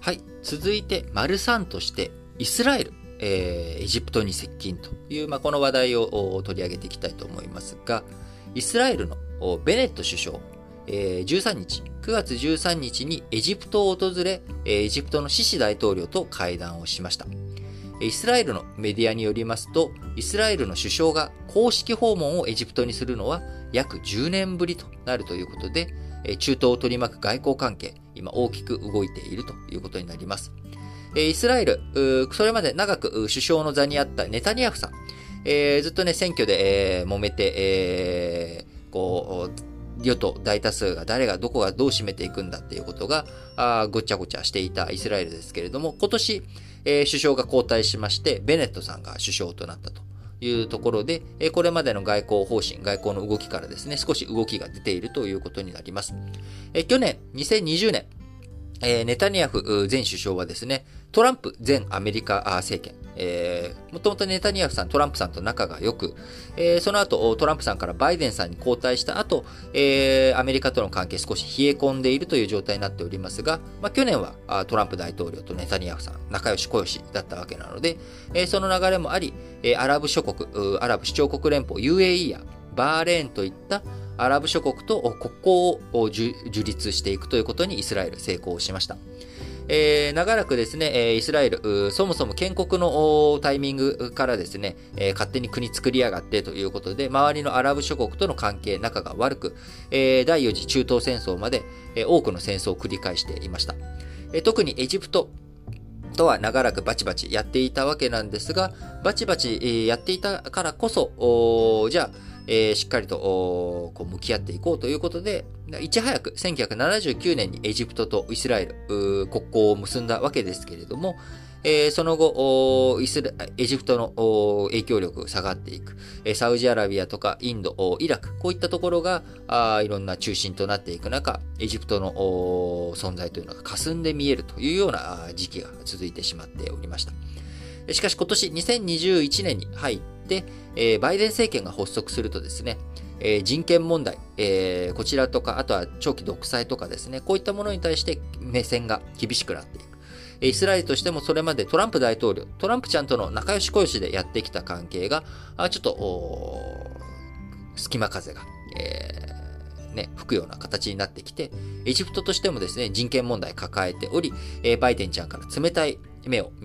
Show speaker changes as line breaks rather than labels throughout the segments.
はい。続いて、丸3として、イスラエル、エジプトに接近という、この話題を取り上げていきたいと思いますが、イスラエルのベネット首相、13日、9月13日にエジプトを訪れ、エジプトのシシ大統領と会談をしました。イスラエルのメディアによりますと、イスラエルの首相が公式訪問をエジプトにするのは約10年ぶりとなるということで、中東を取り巻く外交関係、今大きく動いているということになります。イスラエル、それまで長く首相の座にあったネタニヤフさん、ずっとね、選挙で、揉めて、与党大多数が誰がどこがどう占めていくんだっていうことがごちゃごちゃしていたイスラエルですけれども、今年、首相が交代しまして、ベネットさんが首相となったというところで、これまでの外交方針、外交の動きからですね、少し動きが出ているということになります。去年、2020年、ネタニヤフ前首相はですね、トランプ前アメリカ政権、もともとネタニヤフさん、トランプさんと仲が良く、その後、トランプさんからバイデンさんに交代した後、アメリカとの関係少し冷え込んでいるという状態になっておりますが、去年はトランプ大統領とネタニヤフさん、仲良し小良しだったわけなので、その流れもあり、アラブ諸国、アラブ首長国連邦 UAE やバーレーンといったアラブ諸国と国交を樹立していくということにイスラエル成功しました。長らくですね、イスラエル、そもそも建国のタイミングからですね、勝手に国作りやがってということで、周りのアラブ諸国との関係、仲が悪く、第4次中東戦争まで、多くの戦争を繰り返していました。特にエジプトとは長らくバチバチやっていたわけなんですが、バチバチやっていたからこそ、じゃあ、しっかりと向き合っていこうということで、いち早く1979年にエジプトとイスラエル国交を結んだわけですけれども、その後エジプトの影響力が下がっていく、サウジアラビアとかインド、イラク、こういったところがいろんな中心となっていく中、エジプトの存在というのが霞んで見えるというような時期が続いてしまっておりました。しかし今年2021年に入って、バイデン政権が発足するとですね、人権問題、こちらとか、あとは長期独裁とかですね、こういったものに対して目線が厳しくなっていく。イスラエルとしてもそれまでトランプ大統領、トランプちゃんとの仲良し小良しでやってきた関係が、ちょっと、隙間風が、吹くような形になってきて、エジプトとしてもですね、人権問題抱えており、バイデンちゃんから冷たい目を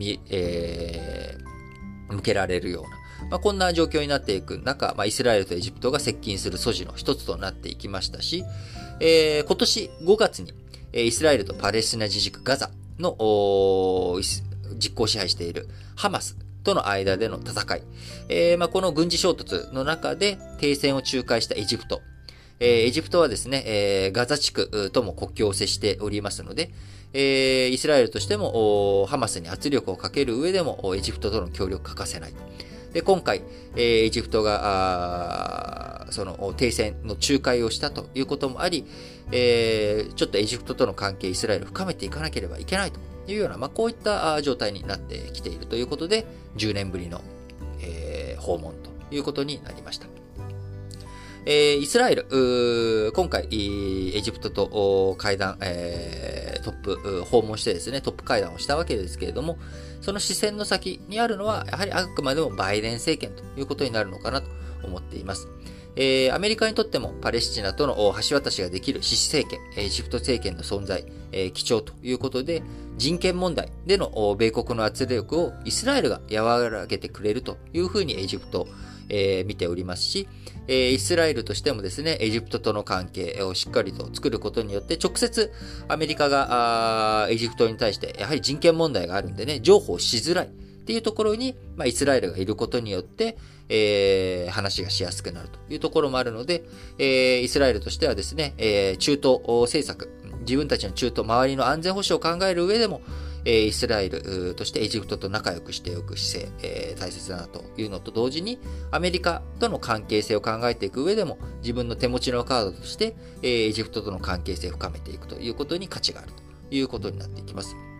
向けられるような、こんな状況になっていく中、イスラエルとエジプトが接近する素地の一つとなっていきましたし、今年5月に、イスラエルとパレスチナ自治区ガザの実効支配しているハマスとの間での戦い、この軍事衝突の中で停戦を仲介したエジプト。エジプトはですね、ガザ地区とも国境を接しておりますので、イスラエルとしてもハマスに圧力をかける上でもエジプトとの協力欠かせない。で、今回、エジプトがその停戦の仲介をしたということもあり、ちょっとエジプトとの関係、イスラエル深めていかなければいけないというような、こういった状態になってきているということで、10年ぶりの、訪問ということになりました。イスラエル、今回、エジプトと会談、トップ、訪問してですね、トップ会談をしたわけですけれども、その視線の先にあるのは、やはりあくまでもバイデン政権ということになるのかなと思っています。アメリカにとってもパレスチナとの橋渡しができるシシ政権、エジプト政権の存在、貴重ということで、人権問題での米国の圧力をイスラエルが和らげてくれるというふうにエジプト、見ておりますし、イスラエルとしてもですね、エジプトとの関係をしっかりと作ることによって、直接アメリカがエジプトに対してやはり人権問題があるんでね、譲歩しづらいっていうところに、イスラエルがいることによって、話がしやすくなるというところもあるので、イスラエルとしてはですね、中東政策、自分たちの中東、周りの安全保障を考える上でも、イスラエルとしてエジプトと仲良くしておく姿勢、大切だなというのと同時に、アメリカとの関係性を考えていく上でも、自分の手持ちのカードとして、エジプトとの関係性を深めていくということに価値があるということになっていきます。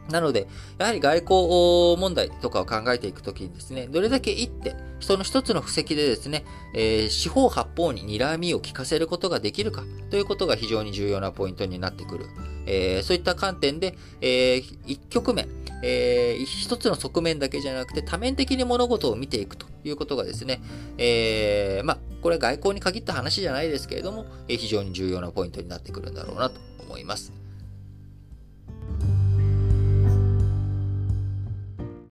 なので、やはり外交問題とかを考えていくときにですね、どれだけ一手、その一つの布石でですね、四方八方に睨みを利かせることができるかということが非常に重要なポイントになってくる。そういった観点で、一局面、一つの側面だけじゃなくて多面的に物事を見ていくということがですね、これは外交に限った話じゃないですけれども、非常に重要なポイントになってくるんだろうなと思います。